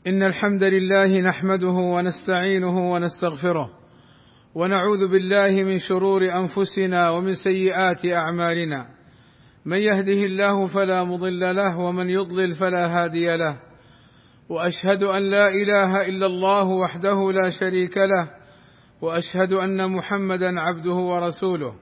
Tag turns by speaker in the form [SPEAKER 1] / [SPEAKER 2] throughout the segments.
[SPEAKER 1] إن الحمد لله نحمده ونستعينه ونستغفره، ونعوذ بالله من شرور أنفسنا ومن سيئات أعمالنا. من يهده الله فلا مضل له، ومن يضلل فلا هادي له. وأشهد أن لا إله إلا الله وحده لا شريك له، وأشهد أن محمدا عبده ورسوله.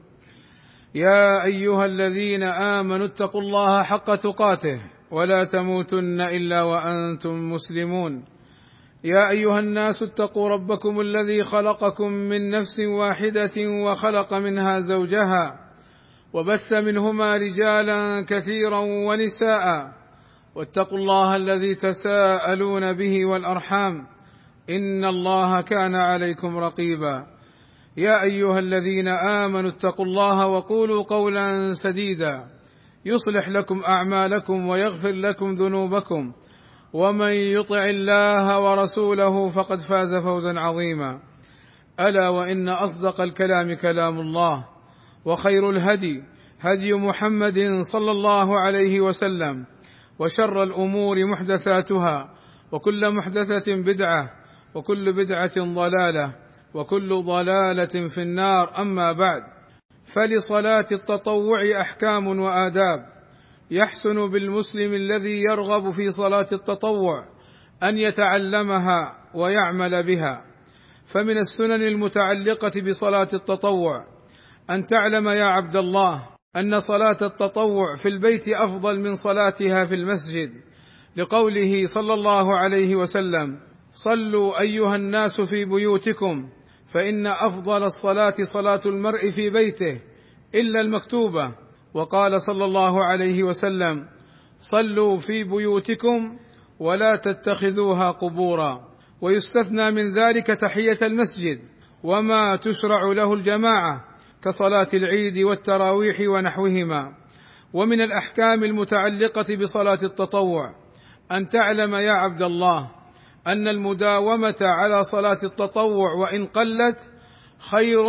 [SPEAKER 1] يا أيها الذين آمنوا اتقوا الله حق تقاته ولا تموتن إلا وأنتم مسلمون. يا أيها الناس اتقوا ربكم الذي خلقكم من نفس واحدة وخلق منها زوجها، وبث منهما رجالا كثيرا ونساء، واتقوا الله الذي تساءلون به والأرحام، إن الله كان عليكم رقيبا. يا أيها الذين آمنوا اتقوا الله وقولوا قولا سديدا يصلح لكم أعمالكم ويغفر لكم ذنوبكم، ومن يطع الله ورسوله فقد فاز فوزا عظيما. ألا وإن أصدق الكلام كلام الله، وخير الهدي هدي محمد صلى الله عليه وسلم، وشر الأمور محدثاتها، وكل محدثة بدعة، وكل بدعة ضلالة، وكل ضلالة في النار. أما بعد، فلصلاة التطوع أحكام وآداب يحسن بالمسلم الذي يرغب في صلاة التطوع أن يتعلمها ويعمل بها. فمن السنن المتعلقة بصلاة التطوع أن تعلم يا عبد الله أن صلاة التطوع في البيت أفضل من صلاتها في المسجد، لقوله صلى الله عليه وسلم: صلوا أيها الناس في بيوتكم، فإن أفضل الصلاة صلاة المرء في بيته إلا المكتوبة. وقال صلى الله عليه وسلم: صلوا في بيوتكم ولا تتخذوها قبورا. ويستثنى من ذلك تحية المسجد وما تشرع له الجماعة كصلاة العيد والتراويح ونحوهما. ومن الأحكام المتعلقة بصلاة التطوع أن تعلم يا عبد الله أن المداومة على صلاة التطوع وإن قلت خير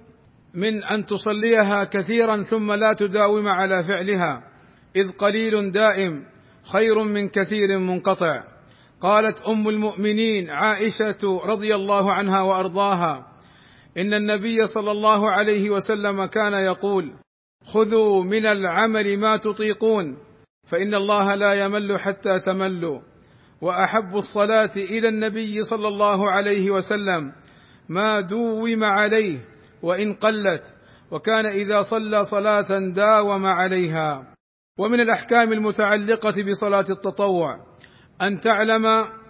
[SPEAKER 1] من أن تصليها كثيرا ثم لا تداوم على فعلها، إذ قليل دائم خير من كثير منقطع. قالت أم المؤمنين عائشة رضي الله عنها وأرضاها: إن النبي صلى الله عليه وسلم كان يقول: خذوا من العمل ما تطيقون، فإن الله لا يمل حتى تملوا. وأحب الصلاة إلى النبي صلى الله عليه وسلم ما دوم عليه وإن قلت، وكان إذا صلى صلاة داوم عليها. ومن الأحكام المتعلقة بصلاة التطوع أن تعلم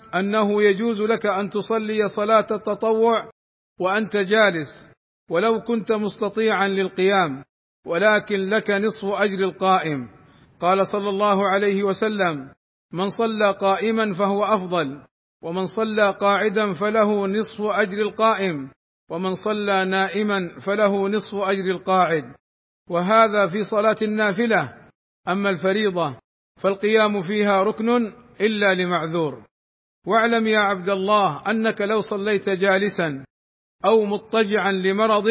[SPEAKER 1] أنه يجوز لك أن تصلي صلاة التطوع وأنت جالس ولو كنت مستطيعا للقيام، ولكن لك نصف أجر القائم. قال صلى الله عليه وسلم: من صلى قائما فهو أفضل، ومن صلى قاعدا فله نصف أجر القائم، ومن صلى نائما فله نصف أجر القاعد. وهذا في صلاة النافلة. أما الفريضة فالقيام فيها ركن إلا لمعذور. واعلم يا عبد الله أنك لو صليت جالسا أو مضطجعا لمرض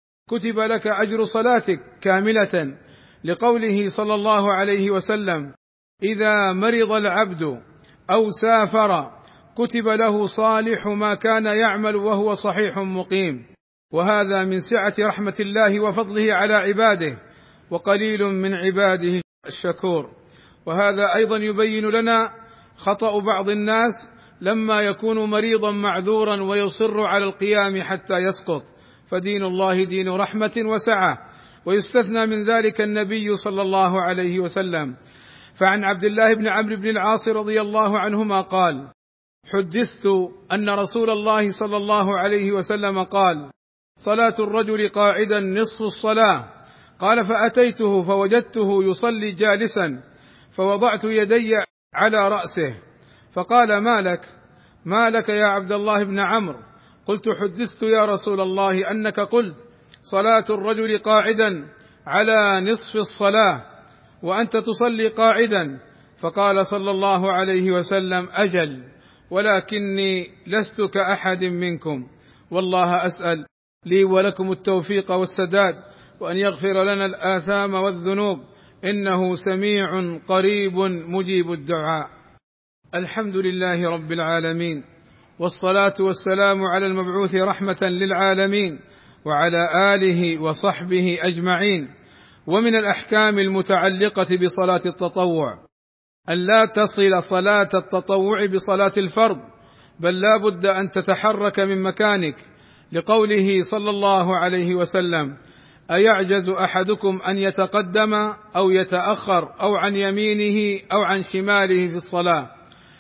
[SPEAKER 1] كتب لك أجر صلاتك كاملة، لقوله صلى الله عليه وسلم: إذا مرض العبد أو سافر كتب له صالح ما كان يعمل وهو صحيح مقيم. وهذا من سعة رحمة الله وفضله على عباده، وقليل من عباده الشكور. وهذا أيضا يبين لنا خطأ بعض الناس لما يكون مريضا معذورا ويصر على القيام حتى يسقط، فدين الله دين رحمة وسعة. ويستثنى من ذلك النبي صلى الله عليه وسلم. فعن عبد الله بن عمرو بن العاص رضي الله عنهما قال: حدثت أن رسول الله صلى الله عليه وسلم قال: صلاة الرجل قاعدا نصف الصلاة. قال: فأتيته فوجدته يصلي جالسا، فوضعت يدي على رأسه، فقال: ما لك يا عبد الله بن عمرو؟ قلت: حدثت يا رسول الله أنك قلت: صلاة الرجل قاعدا على نصف الصلاة، وأنت تصلي قاعدا. فقال صلى الله عليه وسلم: أجل، ولكني لست كأحد منكم. والله أسأل لي ولكم التوفيق والسداد، وأن يغفر لنا الآثام والذنوب، إنه سميع قريب مجيب الدعاء. الحمد لله رب العالمين، والصلاة والسلام على المبعوث رحمة للعالمين وعلى آله وصحبه أجمعين. ومن الأحكام المتعلقة بصلاة التطوع أن لا تصل صلاة التطوع بصلاة الفرض، بل لا بد أن تتحرك من مكانك، لقوله صلى الله عليه وسلم: أيعجز أحدكم أن يتقدم أو يتأخر أو عن يمينه أو عن شماله في الصلاة؟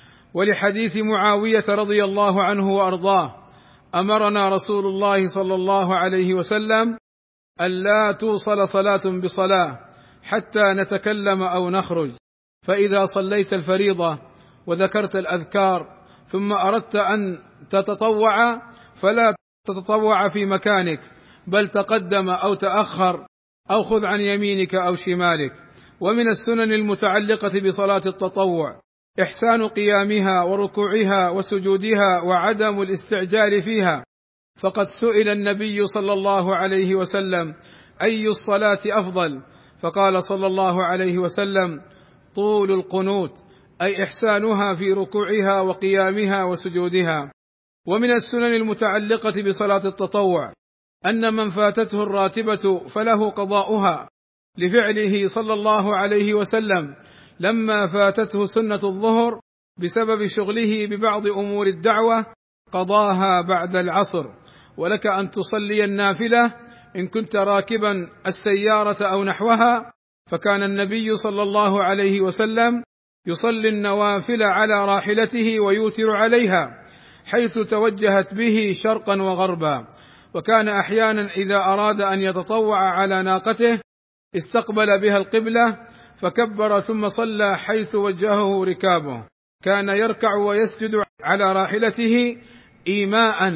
[SPEAKER 1] ولحديث معاوية رضي الله عنه وأرضاه: أمرنا رسول الله صلى الله عليه وسلم ألا توصل صلاة بصلاة حتى نتكلم أو نخرج، فإذا صليت الفريضة وذكرت الأذكار ثم أردت أن تتطوع فلا تتطوع في مكانك، بل تقدم أو تأخر أو خذ عن يمينك أو شمالك. ومن السنن المتعلقة بصلاة التطوع إحسان قيامها وركوعها وسجودها وعدم الاستعجال فيها، فقد سئل النبي صلى الله عليه وسلم: أي الصلاة أفضل؟ فقال صلى الله عليه وسلم: طول القنوت، أي إحسانها في ركوعها وقيامها وسجودها. ومن السنن المتعلقة بصلاة التطوع أن من فاتته الراتبة فله قضاؤها، لفعله صلى الله عليه وسلم لما فاتته سنة الظهر بسبب شغله ببعض أمور الدعوة قضاها بعد العصر. ولك أن تصلي النافلة إن كنت راكبا السيارة أو نحوها، فكان النبي صلى الله عليه وسلم يصلي النوافل على راحلته ويوتر عليها حيث توجهت به شرقا وغربا، وكان أحيانا إذا أراد أن يتطوع على ناقته استقبل بها القبلة فكبر ثم صلى حيث وجهه ركابه. كان يركع ويسجد على راحلته إيماء،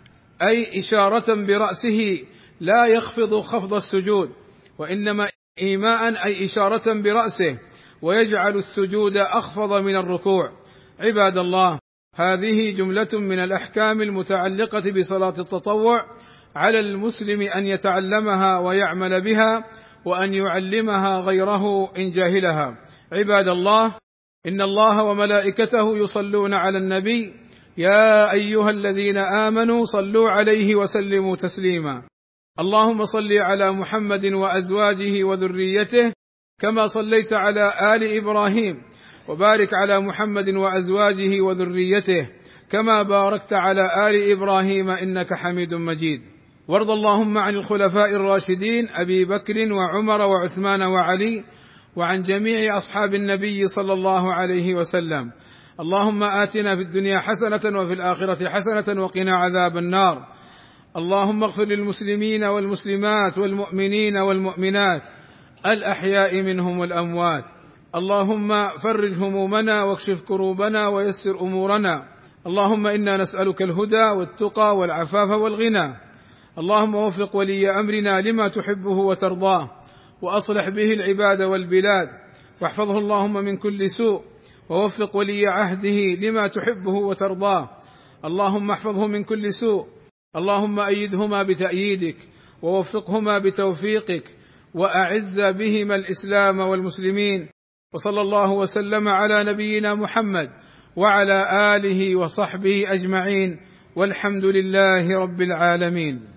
[SPEAKER 1] أي إشارة برأسه، لا يخفض خفض السجود، وإنما إيماء أي إشارة برأسه، ويجعل السجود أخفض من الركوع. عباد الله، هذه جملة من الأحكام المتعلقة بصلاة التطوع، على المسلم أن يتعلمها ويعمل بها، وأن يعلمها غيره إن جاهلها. عباد الله، إن الله وملائكته يصلون على النبي: يا أيها الذين آمنوا صلوا عليه وسلموا تسليما. اللهم صل على محمد وأزواجه وذريته كما صليت على آل إبراهيم، وبارك على محمد وأزواجه وذريته كما باركت على آل إبراهيم إنك حميد مجيد. وارض اللهم عن الخلفاء الراشدين أبي بكر وعمر وعثمان وعلي، وعن جميع أصحاب النبي صلى الله عليه وسلم. اللهم آتنا في الدنيا حسنة وفي الآخرة حسنة وقنا عذاب النار. اللهم اغفر للمسلمين والمسلمات والمؤمنين والمؤمنات الأحياء منهم والأموات. اللهم فرج همومنا واكشف كروبنا ويسر أمورنا. اللهم إنا نسألك الهدى والتقى والعفاف والغنى. اللهم وفق ولي أمرنا لما تحبه وترضاه، وأصلح به العباد والبلاد، واحفظه اللهم من كل سوء، ووفق ولي عهده لما تحبه وترضاه. اللهم احفظه من كل سوء. اللهم أيدهما بتأييدك، ووفقهما بتوفيقك، وأعز بهما الإسلام والمسلمين. وصلى الله وسلم على نبينا محمد وعلى آله وصحبه أجمعين، والحمد لله رب العالمين.